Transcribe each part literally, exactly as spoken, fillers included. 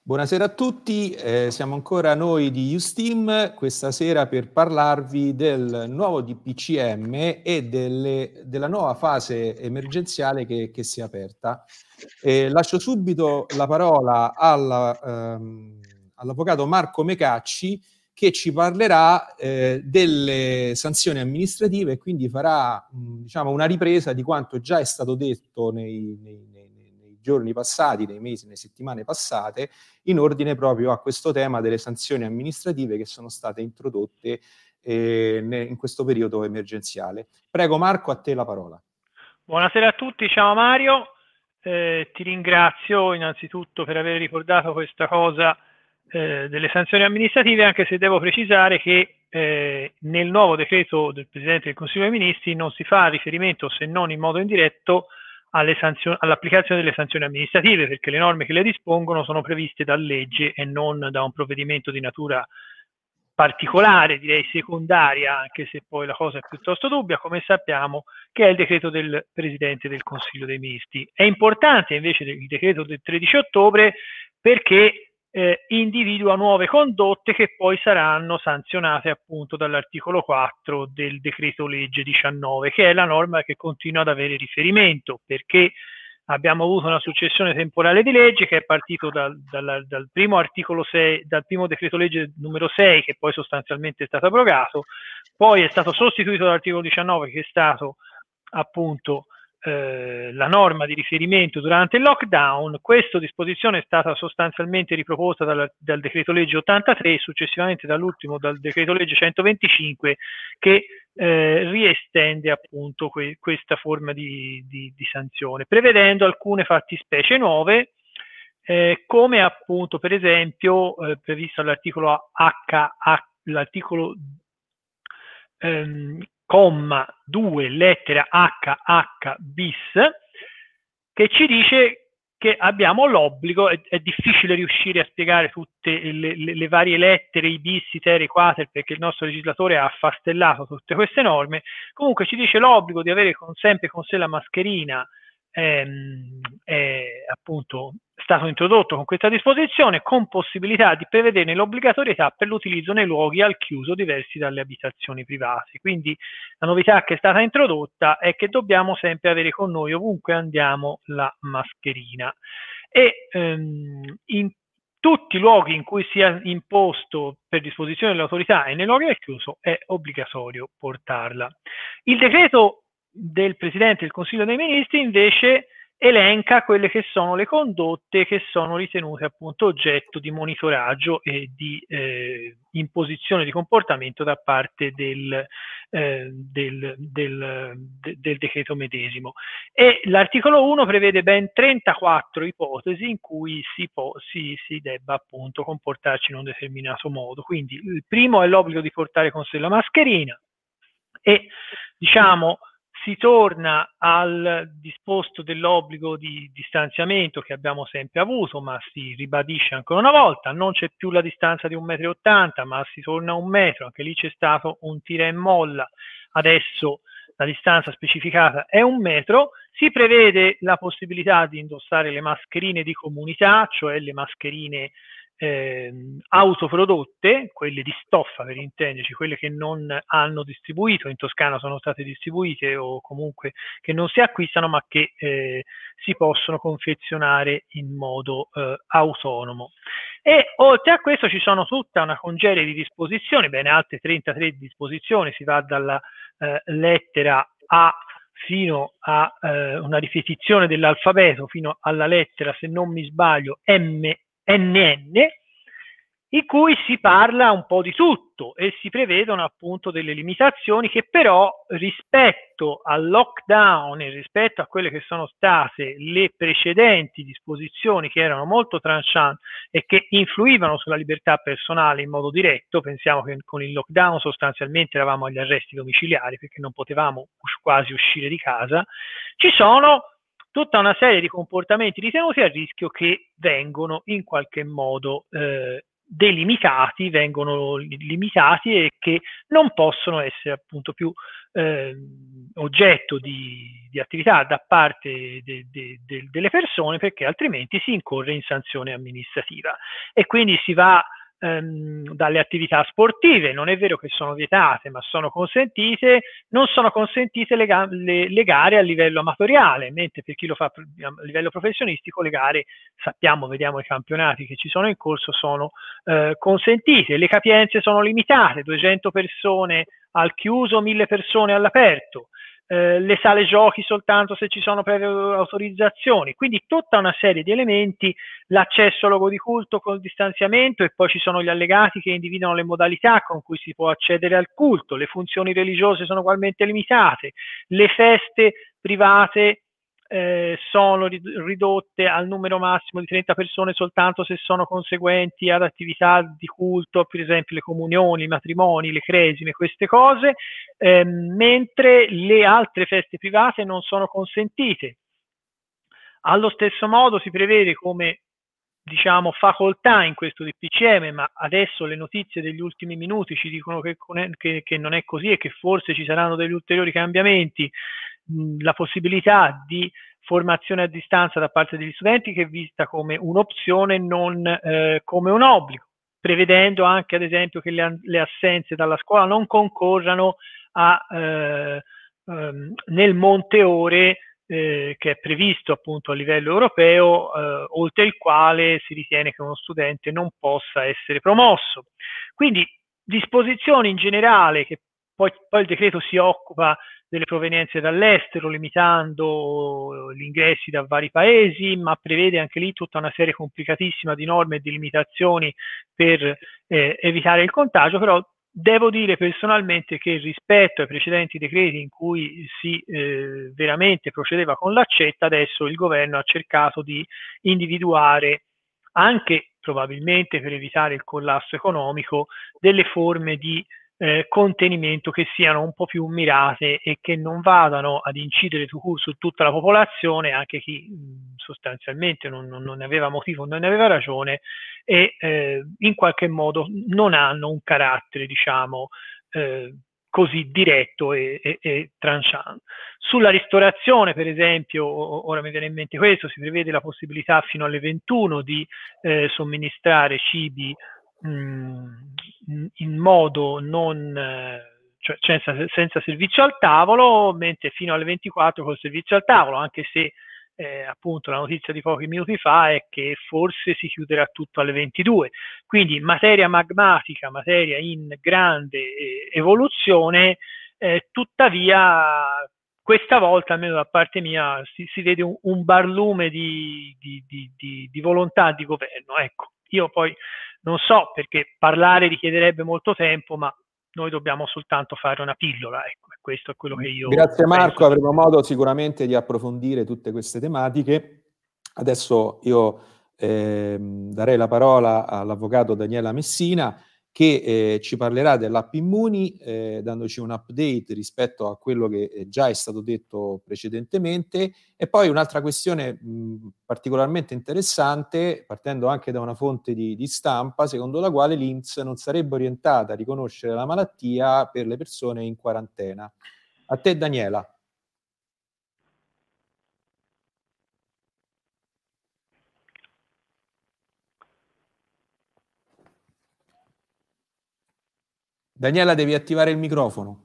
Buonasera a tutti, eh, siamo ancora noi di Usteam questa sera per parlarvi del nuovo D P C M e delle, della nuova fase emergenziale che, che si è aperta. Eh, lascio subito la parola alla, ehm, all'avvocato Marco Mecacci, che ci parlerà eh, delle sanzioni amministrative e quindi farà mh, diciamo, una ripresa di quanto già è stato detto nei, nei, nei, nei giorni passati, nei mesi, nelle settimane passate, in ordine proprio a questo tema delle sanzioni amministrative che sono state introdotte eh, in questo periodo emergenziale. Prego Marco, a te la parola. Buonasera a tutti, ciao Mario, eh, ti ringrazio innanzitutto per aver ricordato questa cosa eh, delle sanzioni amministrative, anche se devo precisare che eh, nel nuovo decreto del Presidente del Consiglio dei Ministri non si fa riferimento, se non in modo indiretto, alle sanzioni, all'applicazione delle sanzioni amministrative, perché le norme che le dispongono sono previste da legge e non da un provvedimento di natura particolare, direi secondaria, anche se poi la cosa è piuttosto dubbia, come sappiamo, che è il decreto del Presidente del Consiglio dei Ministri. È importante invece il decreto del tredici ottobre perché eh, individua nuove condotte che poi saranno sanzionate appunto dall'articolo quattro del decreto legge diciannove, che è la norma che continua ad avere riferimento, perché abbiamo avuto una successione temporale di leggi che è partito dal, dal, dal primo articolo sei, dal primo decreto legge numero sei, che poi sostanzialmente è stato abrogato, poi è stato sostituito dall'articolo diciannove, che è stato appunto eh, la norma di riferimento durante il lockdown. Questa disposizione è stata sostanzialmente riproposta dal, dal decreto legge ottantatré e successivamente dall'ultimo dal decreto legge centoventicinque, che eh, riestende appunto que- questa forma di, di, di sanzione, prevedendo alcune fattispecie nuove, eh, come appunto per esempio eh, previsto all'articolo H, H l'articolo ehm, comma due lettera H H bis, che ci dice che abbiamo l'obbligo, è, è difficile riuscire a spiegare tutte le, le, le varie lettere, i bis, i ter, i quater, perché il nostro legislatore ha affastellato tutte queste norme. Comunque ci dice l'obbligo di avere con, sempre con sé la mascherina, ehm, è appunto stato introdotto con questa disposizione, con possibilità di prevederne l'obbligatorietà per l'utilizzo nei luoghi al chiuso diversi dalle abitazioni private. Quindi la novità che è stata introdotta è che dobbiamo sempre avere con noi, ovunque andiamo, la mascherina. E ehm, in tutti i luoghi in cui sia imposto per disposizione dell'autorità e nei luoghi al chiuso è obbligatorio portarla. Il decreto del Presidente del Consiglio dei Ministri invece elenca quelle che sono le condotte che sono ritenute appunto oggetto di monitoraggio e di eh, imposizione di comportamento da parte del, eh, del, del, de, del decreto medesimo. E l'articolo uno prevede ben trentaquattro ipotesi in cui si, può, si, si debba appunto comportarci in un determinato modo. Quindi il primo è l'obbligo di portare con sé la mascherina e diciamo si torna al disposto dell'obbligo di distanziamento che abbiamo sempre avuto, ma si ribadisce ancora una volta, non c'è più la distanza di un metro e ottanta, ma si torna a un metro, anche lì c'è stato un tira e molla, adesso la distanza specificata è un metro. Si prevede la possibilità di indossare le mascherine di comunità, cioè le mascherine eh, autoprodotte, quelle di stoffa per intenderci, quelle che non hanno distribuito, in Toscana sono state distribuite o comunque che non si acquistano ma che eh, si possono confezionare in modo eh, autonomo. E oltre a questo ci sono tutta una congerie di disposizioni, bene altre trentatré disposizioni, si va dalla eh, lettera A fino a eh, una ripetizione dell'alfabeto fino alla lettera, se non mi sbaglio, M N N, in cui si parla un po' di tutto e si prevedono appunto delle limitazioni che però rispetto al lockdown e rispetto a quelle che sono state le precedenti disposizioni che erano molto tranchant e che influivano sulla libertà personale in modo diretto, pensiamo che con il lockdown sostanzialmente eravamo agli arresti domiciliari perché non potevamo quasi uscire di casa, ci sono tutta una serie di comportamenti ritenuti a rischio che vengono in qualche modo eh, delimitati, vengono limitati e che non possono essere appunto più eh, oggetto di, di attività da parte de, de, de, delle persone, perché altrimenti si incorre in sanzione amministrativa. E quindi si va ehm, dalle attività sportive, non è vero che sono vietate, ma sono consentite, non sono consentite le, le, le gare a livello amatoriale, mentre per chi lo fa a livello professionistico le gare, sappiamo, vediamo i campionati che ci sono in corso, sono eh, consentite, le capienze sono limitate, duecento persone al chiuso, mille persone all'aperto, eh, le sale giochi soltanto se ci sono previe autorizzazioni, quindi tutta una serie di elementi, l'accesso al luogo di culto con il distanziamento, e poi ci sono gli allegati che individuano le modalità con cui si può accedere al culto, le funzioni religiose sono ugualmente limitate, le feste private Eh, sono ridotte al numero massimo di trenta persone soltanto se sono conseguenti ad attività di culto, per esempio le comunioni, i matrimoni, le cresime, queste cose, eh, mentre le altre feste private non sono consentite. Allo stesso modo si prevede come, diciamo, facoltà in questo D P C M, ma adesso le notizie degli ultimi minuti ci dicono che, che, che non è così e che forse ci saranno degli ulteriori cambiamenti, mh, la possibilità di formazione a distanza da parte degli studenti che è vista come un'opzione, non eh, come un obbligo, prevedendo anche ad esempio che le, le assenze dalla scuola non concorrano a, eh, ehm, nel monte ore Eh, che è previsto appunto a livello europeo, eh, oltre il quale si ritiene che uno studente non possa essere promosso. Quindi disposizioni in generale, che poi, poi il decreto si occupa delle provenienze dall'estero, limitando gli ingressi da vari paesi, ma prevede anche lì tutta una serie complicatissima di norme e di limitazioni per eh, evitare il contagio, però devo dire personalmente che rispetto ai precedenti decreti in cui si eh, veramente procedeva con l'accetta, adesso il governo ha cercato di individuare, anche probabilmente per evitare il collasso economico, delle forme di eh, contenimento che siano un po' più mirate e che non vadano ad incidere su, su tutta la popolazione, anche chi mh, sostanzialmente non, non, non ne aveva motivo, non ne aveva ragione, e eh, in qualche modo non hanno un carattere, diciamo, eh, così diretto e, e, e tranchant. Sulla ristorazione, per esempio, ora mi viene in mente questo, si prevede la possibilità fino alle ventuno di eh, somministrare cibi mh, in modo non, eh, cioè senza, senza servizio al tavolo, mentre fino alle ventiquattro col servizio al tavolo, anche se Eh, appunto la notizia di pochi minuti fa è che forse si chiuderà tutto alle ventidue, quindi materia magmatica, materia in grande eh, evoluzione, eh, tuttavia questa volta, almeno da parte mia, si, si vede un, un barlume di, di, di, di, di volontà di governo. Ecco, io poi non so, perché parlare richiederebbe molto tempo, ma noi dobbiamo soltanto fare una pillola, ecco, questo è quello che io Grazie Marco, penso. avremo modo sicuramente di approfondire tutte queste tematiche. Adesso io eh, darei la parola all'avvocato Daniela Messina, che eh, ci parlerà dell'app Immuni, eh, dandoci un update rispetto a quello che già è stato detto precedentemente, e poi un'altra questione mh, particolarmente interessante, partendo anche da una fonte di, di stampa, secondo la quale l'I N P S non sarebbe orientata a riconoscere la malattia per le persone in quarantena. A te Daniela. Daniela, devi attivare il microfono.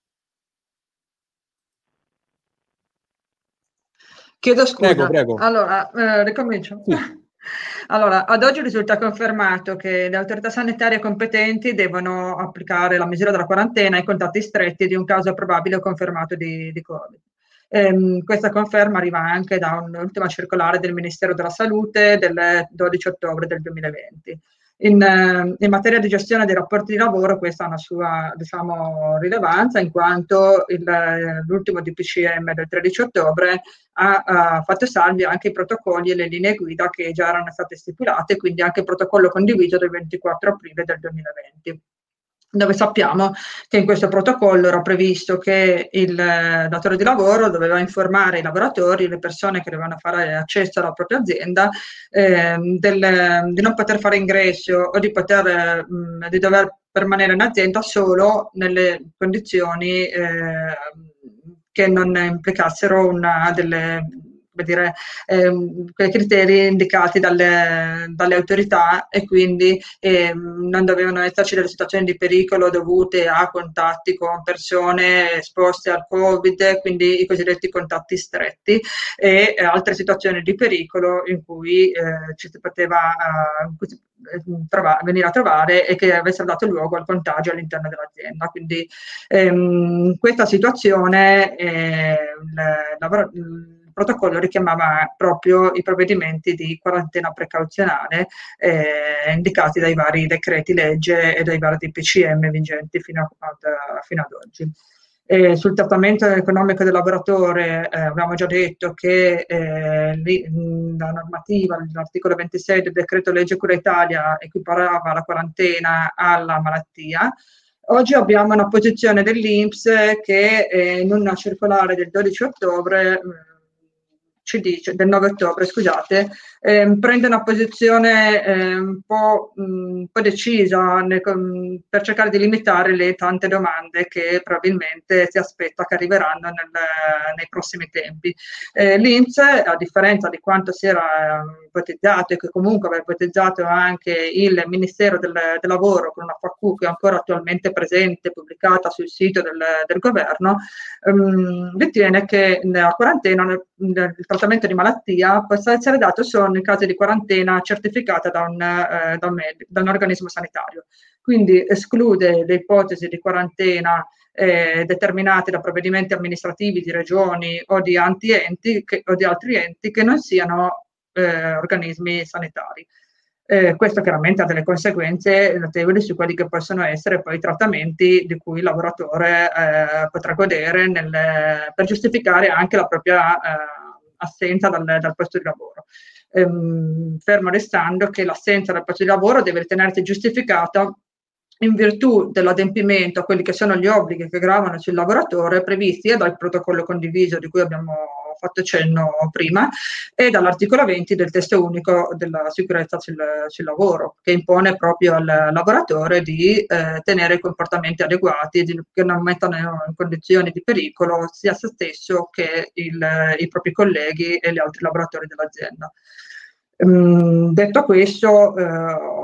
Chiedo scusa. Prego, prego. Allora, eh, ricomincio. Sì. Allora, ad oggi risulta confermato che le autorità sanitarie competenti devono applicare la misura della quarantena ai contatti stretti di un caso probabile o confermato di, di Covid. Ehm, questa conferma arriva anche da un'ultima circolare del Ministero della Salute del dodici ottobre del duemilaventi. In, in materia di gestione dei rapporti di lavoro questa ha una sua, diciamo, rilevanza, in quanto il, l'ultimo D P C M del tredici ottobre ha, ha fatto salvi anche i protocolli e le linee guida che già erano state stipulate, quindi anche il protocollo condiviso del ventiquattro aprile del duemilaventi, dove sappiamo che in questo protocollo era previsto che il datore di lavoro doveva informare i lavoratori, le persone che dovevano fare accesso alla propria azienda, eh, del, di non poter fare ingresso o di, poter, mh, di dover permanere in azienda solo nelle condizioni eh, che non implicassero una delle, come dire, ehm, quei criteri indicati dalle, dalle autorità, e quindi ehm, non dovevano esserci delle situazioni di pericolo dovute a contatti con persone esposte al Covid, quindi i cosiddetti contatti stretti, e eh, altre situazioni di pericolo in cui eh, ci si poteva eh, Trova, venire a trovare e che avessero dato luogo al contagio all'interno dell'azienda. Quindi ehm, questa situazione eh, il, il protocollo richiamava proprio i provvedimenti di quarantena precauzionale eh, indicati dai vari decreti legge e dai vari D P C M vigenti fino, ad, fino ad oggi. Eh, sul trattamento economico del lavoratore eh, abbiamo già detto che eh, li, la normativa, l'articolo ventisei del decreto legge Cura Italia equiparava la quarantena alla malattia. Oggi abbiamo una posizione dell'I N P S che eh, in una circolare del dodici ottobre ci dice, del nove ottobre, scusate, eh, prende una posizione eh, un, po', mh, un po' decisa nel, per cercare di limitare le tante domande che probabilmente si aspetta che arriveranno nel, nei prossimi tempi. Eh, L'I N P S, a differenza di quanto si era eh, ipotizzato, e che comunque aveva ipotizzato anche il Ministero del, del Lavoro con una F A Q che è ancora attualmente presente, pubblicata sul sito del, del governo, ehm, ritiene che la quarantena, il trattamento di malattia, possa essere dato solo in caso di quarantena certificata da un, eh, da un, med- da un organismo sanitario. Quindi esclude le ipotesi di quarantena eh, determinate da provvedimenti amministrativi di regioni o di, enti che, o di altri enti che non siano eh, organismi sanitari. Eh, questo chiaramente ha delle conseguenze notevoli su quelli che possono essere poi i trattamenti di cui il lavoratore eh, potrà godere nel, per giustificare anche la propria eh, assenza dal, dal posto di lavoro. Ehm, fermo restando che l'assenza dal posto di lavoro deve ritenersi giustificata in virtù dell'adempimento a quelli che sono gli obblighi che gravano sul lavoratore previsti sia dal protocollo condiviso di cui abbiamo fatto cenno prima e dall'articolo venti del testo unico della sicurezza sul, sul lavoro, che impone proprio al lavoratore di eh, tenere comportamenti adeguati, di, che non mettano in condizioni di pericolo sia se stesso che il, i propri colleghi e gli altri lavoratori dell'azienda. Um, detto questo, eh,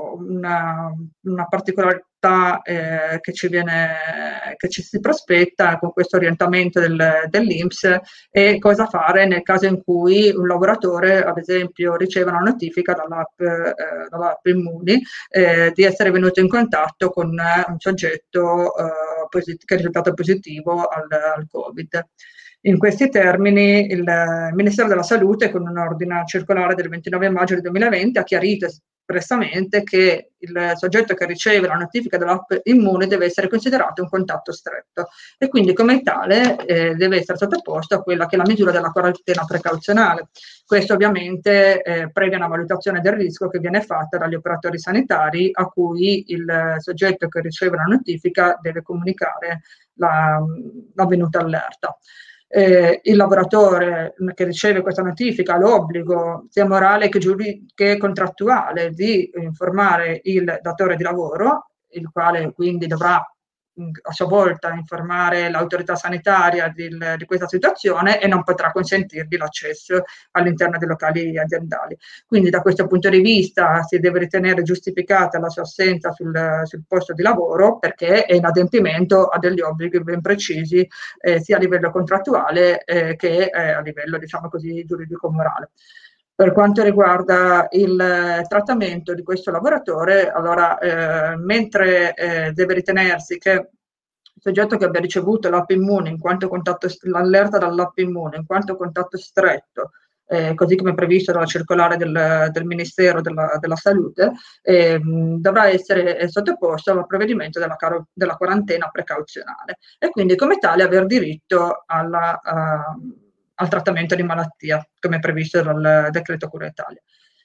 una, una particolarità eh, che ci viene, che ci si prospetta con questo orientamento del, dell'I N P S è cosa fare nel caso in cui un lavoratore, ad esempio, riceve una notifica dall'app, eh, dall'app Immuni eh, di essere venuto in contatto con un soggetto eh, posit- che è risultato positivo al, al Covid. In questi termini il Ministero della Salute, con un'ordine circolare del ventinove maggio del duemilaventi, ha chiarito espressamente che il soggetto che riceve la notifica dell'app Immuni deve essere considerato un contatto stretto e quindi come tale eh, deve essere sottoposto a quella che è la misura della quarantena precauzionale. Questo ovviamente eh, previa una valutazione del rischio che viene fatta dagli operatori sanitari a cui il soggetto che riceve la notifica deve comunicare la, l'avvenuta allerta. Eh, il lavoratore che riceve questa notifica ha l'obbligo sia morale che, giuri- che contrattuale di informare il datore di lavoro, il quale quindi dovrà a sua volta informare l'autorità sanitaria di, di questa situazione e non potrà consentirgli l'accesso all'interno dei locali aziendali. Quindi da questo punto di vista si deve ritenere giustificata la sua assenza sul, sul posto di lavoro perché è in adempimento a degli obblighi ben precisi eh, sia a livello contrattuale eh, che eh, a livello, diciamo così, giuridico-morale. Per quanto riguarda il trattamento di questo lavoratore, allora, eh, mentre eh, deve ritenersi che il soggetto che abbia ricevuto l'app Immuni in quanto contatto, l'allerta dall'app Immuni in quanto contatto stretto, eh, così come previsto dalla circolare del, del Ministero della, della Salute, eh, dovrà essere sottoposto al provvedimento della, della quarantena precauzionale e quindi come tale aver diritto alla... Uh, al trattamento di malattia, come previsto dal decreto Cura Italia.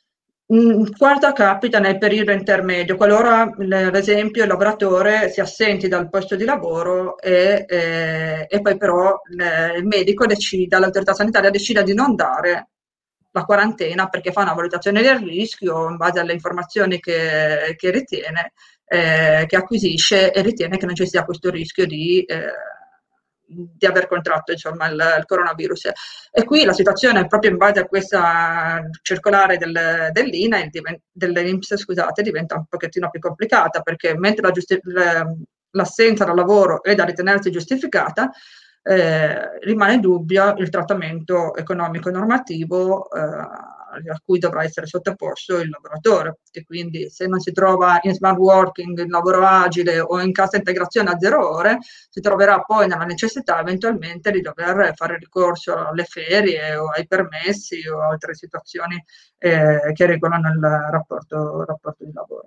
Quarta capita nel periodo intermedio, qualora ad esempio il lavoratore si assenti dal posto di lavoro e, e, e poi però il medico decida, l'autorità sanitaria decida di non dare la quarantena perché fa una valutazione del rischio in base alle informazioni che, che ritiene, eh, che acquisisce e ritiene che non ci sia questo rischio di, eh, di aver contratto insomma, il, il coronavirus. E qui la situazione, proprio in base a questa circolare del, dell'I N A E, dell'I N P S, scusate, diventa un pochettino più complicata, perché mentre la giusti- l'assenza dal lavoro è da ritenersi giustificata, Eh, rimane dubbio il trattamento economico normativo eh, a cui dovrà essere sottoposto il lavoratore, e quindi se non si trova in smart working, in lavoro agile o in cassa integrazione a zero ore, si troverà poi nella necessità eventualmente di dover fare ricorso alle ferie o ai permessi o altre situazioni eh, che regolano il rapporto, rapporto di lavoro.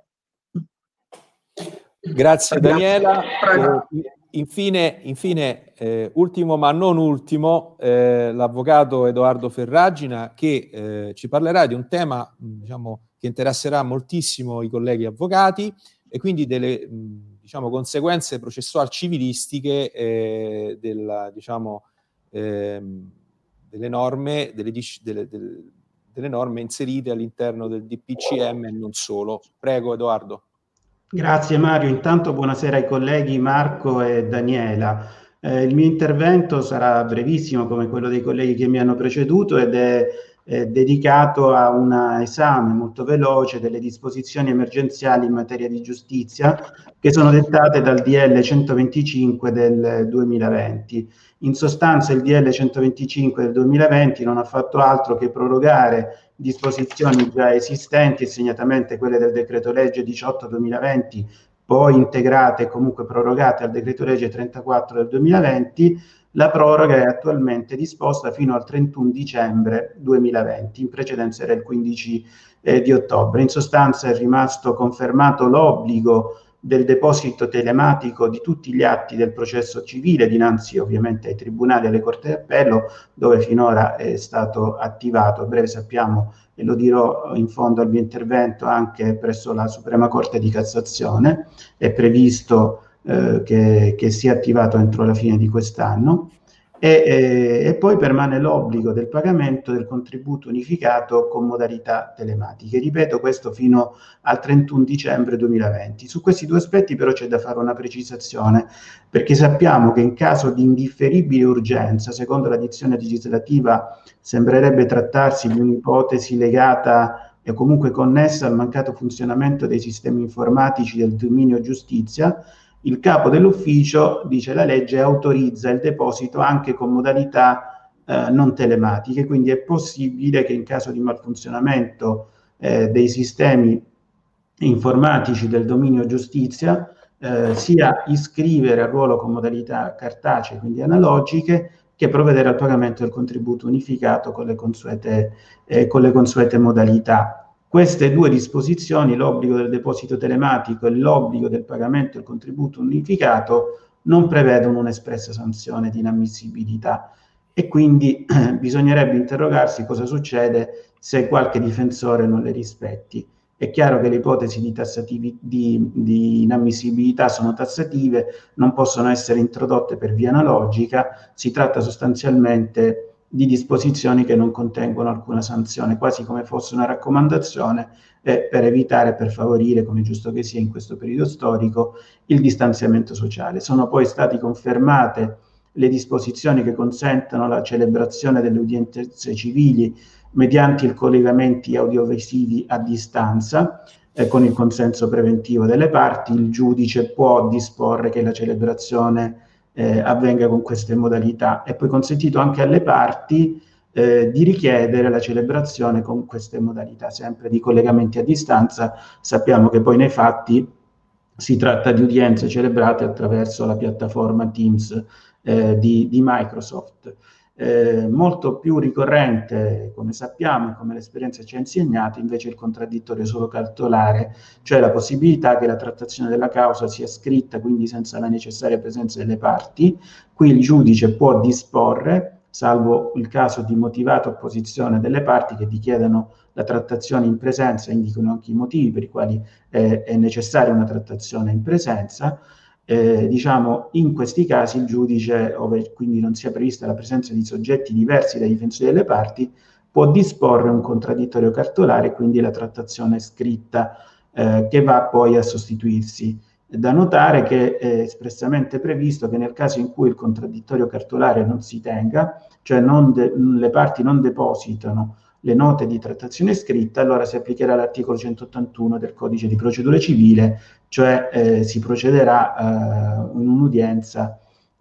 Grazie Daniela. Eh, infine, infine eh, ultimo ma non ultimo, eh, l'avvocato Edoardo Ferragina, che eh, ci parlerà di un tema diciamo, che interesserà moltissimo i colleghi avvocati, e quindi delle mh, diciamo, conseguenze processuali civilistiche eh, della, diciamo, eh, delle norme, delle, delle, delle, delle norme inserite all'interno del D P C M e non solo. Prego Edoardo. Grazie Mario, intanto buonasera ai colleghi Marco e Daniela. Eh, il mio intervento sarà brevissimo come quello dei colleghi che mi hanno preceduto ed è eh, dedicato a un esame molto veloce delle disposizioni emergenziali in materia di giustizia che sono dettate dal D L centoventicinque del duemilaventi. In sostanza il D L centoventicinque del duemilaventi non ha fatto altro che prorogare disposizioni già esistenti, e segnatamente quelle del decreto legge diciotto duemilaventi, poi integrate e comunque prorogate al decreto legge trentaquattro del duemilaventi. La proroga è attualmente disposta fino al trentuno dicembre duemilaventi, in precedenza era il quindici eh, di ottobre. In sostanza è rimasto confermato l'obbligo del deposito telematico di tutti gli atti del processo civile dinanzi ovviamente ai tribunali e alle corti d'appello, dove finora è stato attivato, a breve sappiamo, e lo dirò in fondo al mio intervento, anche presso la Suprema Corte di Cassazione, è previsto eh, che, che sia attivato entro la fine di quest'anno. E, e, e poi permane l'obbligo del pagamento del contributo unificato con modalità telematiche. Ripeto, questo fino al trentuno dicembre duemilaventi. Su questi due aspetti però c'è da fare una precisazione, perché sappiamo che in caso di indifferibile urgenza, secondo la dizione legislativa, sembrerebbe trattarsi di un'ipotesi legata e comunque connessa al mancato funzionamento dei sistemi informatici del dominio giustizia. Il capo dell'ufficio, dice la legge, autorizza il deposito anche con modalità eh, non telematiche, quindi è possibile che in caso di malfunzionamento eh, dei sistemi informatici del dominio giustizia eh, sia iscrivere al ruolo con modalità cartacee, quindi analogiche, che provvedere al pagamento del contributo unificato con le consuete, eh, con le consuete modalità. Queste due disposizioni, l'obbligo del deposito telematico e l'obbligo del pagamento del contributo unificato, non prevedono un'espressa sanzione di inammissibilità, e quindi eh, bisognerebbe interrogarsi cosa succede se qualche difensore non le rispetti. È chiaro che le ipotesi di, tassativi, di, di inammissibilità sono tassative, non possono essere introdotte per via analogica, si tratta sostanzialmente di disposizioni che non contengono alcuna sanzione, quasi come fosse una raccomandazione eh, per evitare, per favorire, come giusto che sia in questo periodo storico, il distanziamento sociale. Sono poi state confermate le disposizioni che consentono la celebrazione delle udienze civili mediante i collegamenti audiovisivi a distanza, eh, con il consenso preventivo delle parti. Il giudice può disporre che la celebrazione Eh, avvenga con queste modalità. È poi consentito anche alle parti eh, di richiedere la celebrazione con queste modalità, sempre di collegamenti a distanza. Sappiamo che poi nei fatti si tratta di udienze celebrate attraverso la piattaforma Teams eh, di, di Microsoft. Eh, molto più ricorrente, come sappiamo e come l'esperienza ci ha insegnato, invece il contraddittorio solo cautelare, cioè la possibilità che la trattazione della causa sia scritta, quindi senza la necessaria presenza delle parti. Qui il giudice può disporre, salvo il caso di motivata opposizione delle parti che richiedano la trattazione in presenza, indicano anche i motivi per i quali eh, è necessaria una trattazione in presenza. Eh, diciamo, in questi casi il giudice, ove quindi non sia prevista la presenza di soggetti diversi dai difensori delle parti, può disporre un contraddittorio cartolare, quindi la trattazione scritta eh, che va poi a sostituirsi. È da notare che è espressamente previsto che nel caso in cui il contraddittorio cartolare non si tenga, cioè non de- le parti non depositano le note di trattazione scritta, allora si applicherà l'articolo centottantuno del Codice di Procedura Civile, cioè eh, si procederà eh, in un'udienza,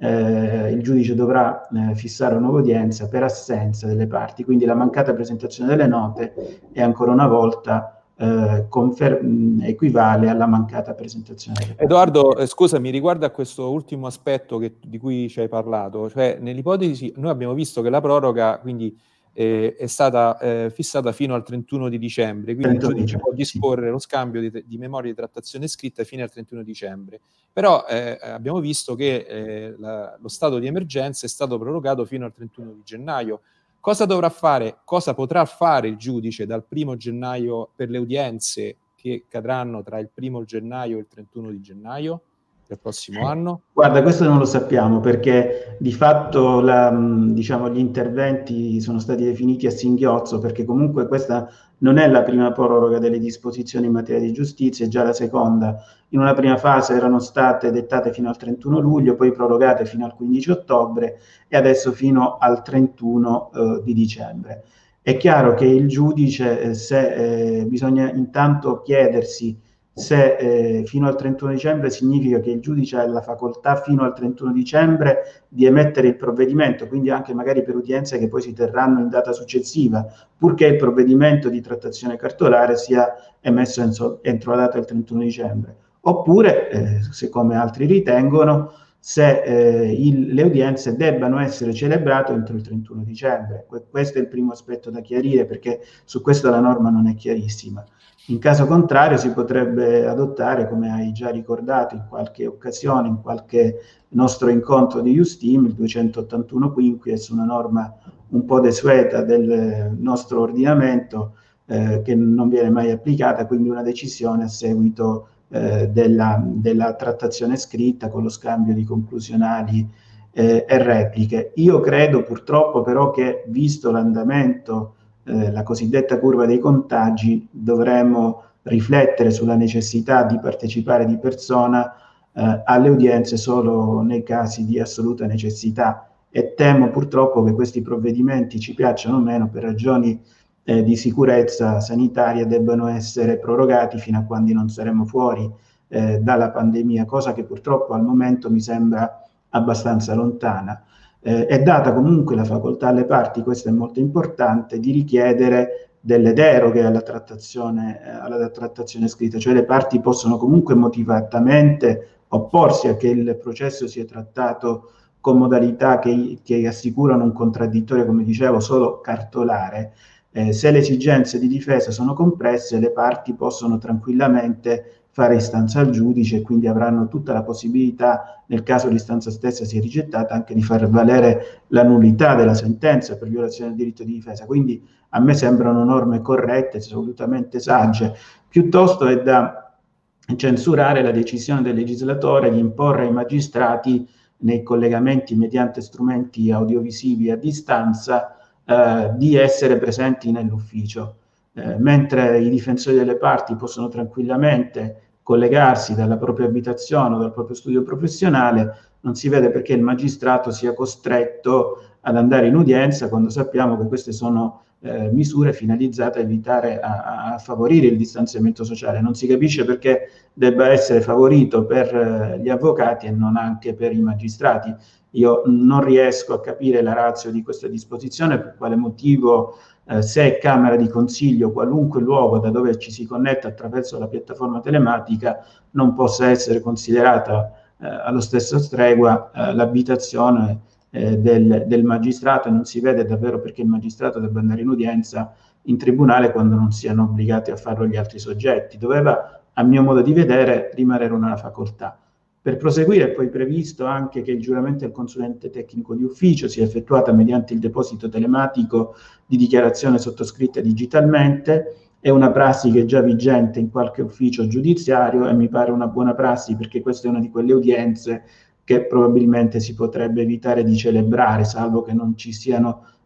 eh, il giudice dovrà eh, fissare una nuova udienza per assenza delle parti, quindi la mancata presentazione delle note è ancora una volta Eh, confer- mh, equivale alla mancata presentazione delle parti. Edoardo, eh, scusami, riguardo a questo ultimo aspetto che, di cui ci hai parlato, cioè nell'ipotesi, noi abbiamo visto che la proroga quindi eh, è stata eh, fissata fino al trentuno di dicembre, quindi il giudice può disporre sì. lo scambio di, di memoria di trattazione scritta fino al trentuno dicembre, però eh, abbiamo visto che eh, la, lo stato di emergenza è stato prorogato fino al trentuno di gennaio. Cosa dovrà fare, cosa potrà fare il giudice dal primo gennaio per le udienze che cadranno tra il primo gennaio e il trentuno di gennaio del prossimo anno? Guarda, questo non lo sappiamo perché di fatto la, diciamo, gli interventi sono stati definiti a singhiozzo, perché comunque questa non è la prima proroga delle disposizioni in materia di giustizia, è già la seconda. In una prima fase erano state dettate fino al trentuno luglio, poi prorogate fino al quindici ottobre e adesso fino al trentuno eh, di dicembre. È chiaro che il giudice, eh, se eh, bisogna intanto chiedersi se eh, fino al trentuno dicembre significa che il giudice ha la facoltà fino al trentuno dicembre di emettere il provvedimento, quindi anche magari per udienze che poi si terranno in data successiva, purché il provvedimento di trattazione cartolare sia emesso entro, entro la data del trentuno dicembre. Oppure, eh, siccome altri ritengono, se eh, il, le udienze debbano essere celebrate entro il trentuno dicembre. Que- questo è il primo aspetto da chiarire, perché su questo la norma non è chiarissima. In caso contrario si potrebbe adottare, come hai già ricordato in qualche occasione, in qualche nostro incontro di Iustim, il duecentottantuno quinquies, una norma un po' desueta del nostro ordinamento eh, che non viene mai applicata, quindi una decisione a seguito eh, della, della trattazione scritta con lo scambio di conclusionali eh, e repliche. Io credo purtroppo però che, visto l'andamento Eh, la cosiddetta curva dei contagi, dovremmo riflettere sulla necessità di partecipare di persona eh, alle udienze solo nei casi di assoluta necessità, e temo purtroppo che questi provvedimenti, ci piacciono o meno, per ragioni eh, di sicurezza sanitaria debbano essere prorogati fino a quando non saremo fuori eh, dalla pandemia, cosa che purtroppo al momento mi sembra abbastanza lontana. Eh, è data comunque la facoltà alle parti, questo è molto importante, di richiedere delle deroghe alla trattazione, eh, alla trattazione scritta, cioè le parti possono comunque motivatamente opporsi a che il processo sia trattato con modalità che, che assicurano un contraddittorio, come dicevo, solo cartolare. Eh, se le esigenze di difesa sono compresse, le parti possono tranquillamente fare istanza al giudice e quindi avranno tutta la possibilità, nel caso l'istanza stessa sia rigettata, anche di far valere la nullità della sentenza per violazione del diritto di difesa. Quindi a me sembrano norme corrette, assolutamente sagge. Piuttosto è da censurare la decisione del legislatore di imporre ai magistrati, nei collegamenti mediante strumenti audiovisivi a distanza, eh, di essere presenti nell'ufficio. Eh, mentre i difensori delle parti possono tranquillamente collegarsi dalla propria abitazione o dal proprio studio professionale, non si vede perché il magistrato sia costretto ad andare in udienza, quando sappiamo che queste sono eh, misure finalizzate a evitare, a, a favorire il distanziamento sociale. Non si capisce perché debba essere favorito per eh, gli avvocati e non anche per i magistrati. Io non riesco a capire la ratio di questa disposizione, per quale motivo eh, se è Camera di Consiglio, qualunque luogo da dove ci si connetta attraverso la piattaforma telematica, non possa essere considerata eh, allo stesso stregua eh, l'abitazione eh, del, del magistrato, e non si vede davvero perché il magistrato debba andare in udienza in tribunale quando non siano obbligati a farlo gli altri soggetti. Doveva, a mio modo di vedere, rimanere una facoltà. Per proseguire è poi previsto anche che il giuramento del consulente tecnico di ufficio sia effettuato mediante il deposito telematico di dichiarazione sottoscritta digitalmente. È una prassi che è già vigente in qualche ufficio giudiziario e mi pare una buona prassi, perché questa è una di quelle udienze che probabilmente si potrebbe evitare di celebrare, salvo che non ci siano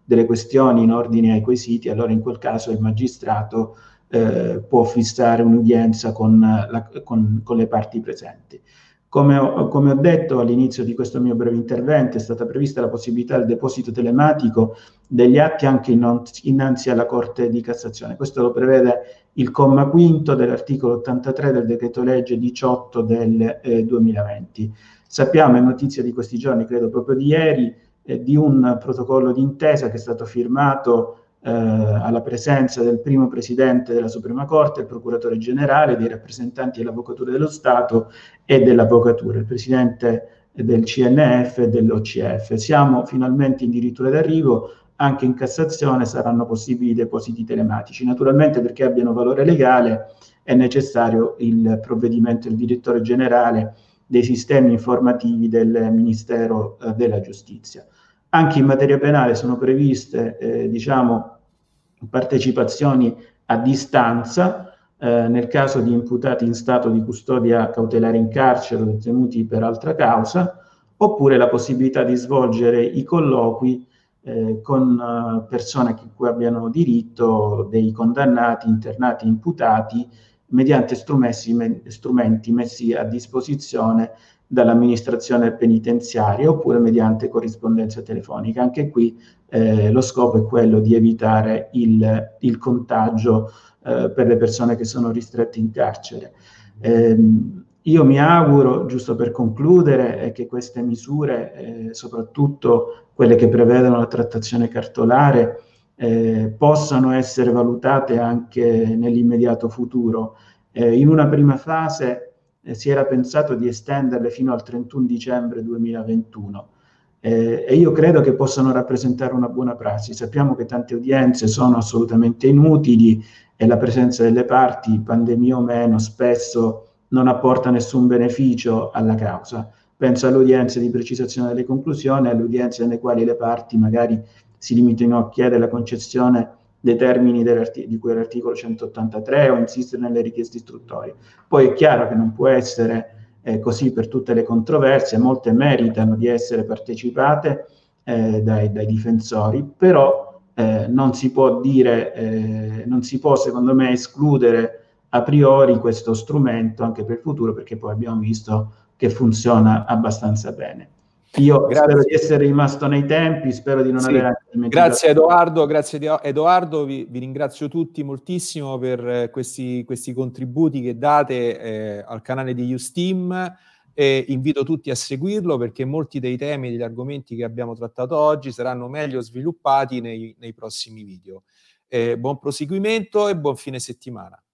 delle questioni in ordine ai quesiti, allora in quel caso il magistrato eh, può fissare un'udienza con, la, con, con le parti presenti. Come ho, come ho detto all'inizio di questo mio breve intervento, è stata prevista la possibilità del deposito telematico degli atti anche innanzi alla Corte di Cassazione. Questo lo prevede il comma quinto dell'articolo ottantatré del decreto legge diciotto del eh, duemilaventi. Sappiamo, è notizia di questi giorni, credo proprio di ieri, eh, di un protocollo d'intesa che è stato firmato eh, alla presenza del primo presidente della Suprema Corte, il procuratore generale, dei rappresentanti dell'Avvocatura dello Stato e dell'Avvocatura, il presidente del C N F e dell'O C F. Siamo finalmente addirittura d'arrivo. Anche in Cassazione saranno possibili depositi telematici. Naturalmente, perché abbiano valore legale è necessario il provvedimento del direttore generale dei sistemi informativi del Ministero eh, della Giustizia. Anche in materia penale sono previste eh, diciamo, partecipazioni a distanza eh, nel caso di imputati in stato di custodia cautelare in carcere o detenuti per altra causa, oppure la possibilità di svolgere i colloqui Eh, con uh, persone che cui abbiano diritto, dei condannati, internati, imputati, mediante strumenti, me, strumenti messi a disposizione dall'amministrazione penitenziaria oppure mediante corrispondenza telefonica. Anche qui eh, lo scopo è quello di evitare il, il contagio eh, per le persone che sono ristrette in carcere. Eh, io mi auguro, giusto per concludere, è che queste misure, eh, soprattutto quelle che prevedono la trattazione cartolare, eh, possano essere valutate anche nell'immediato futuro. Eh, in una prima fase eh, si era pensato di estenderle fino al trentuno dicembre duemilaventuno eh, e io credo che possano rappresentare una buona prassi. Sappiamo che tante udienze sono assolutamente inutili e la presenza delle parti, pandemia o meno, spesso non apporta nessun beneficio alla causa. Penso alle udienze di precisazione delle conclusioni, alle udienze nelle quali le parti magari si limitino a chiedere la concessione dei termini di cui è l'articolo centottantatré o insistere nelle richieste istruttorie. Poi è chiaro che non può essere eh, così per tutte le controversie, molte meritano di essere partecipate eh, dai, dai difensori, però eh, non si può dire, eh, non si può secondo me escludere a priori questo strumento anche per il futuro, perché poi abbiamo visto che funziona abbastanza bene. Io grazie. Spero di essere rimasto nei tempi, spero di non sì. aver dimenticato. Grazie Edoardo, grazie Edoardo, vi, vi ringrazio tutti moltissimo per eh, questi, questi contributi che date eh, al canale di Usteam e invito tutti a seguirlo perché molti dei temi e degli argomenti che abbiamo trattato oggi saranno meglio sviluppati nei, nei prossimi video. Eh, buon proseguimento e buon fine settimana.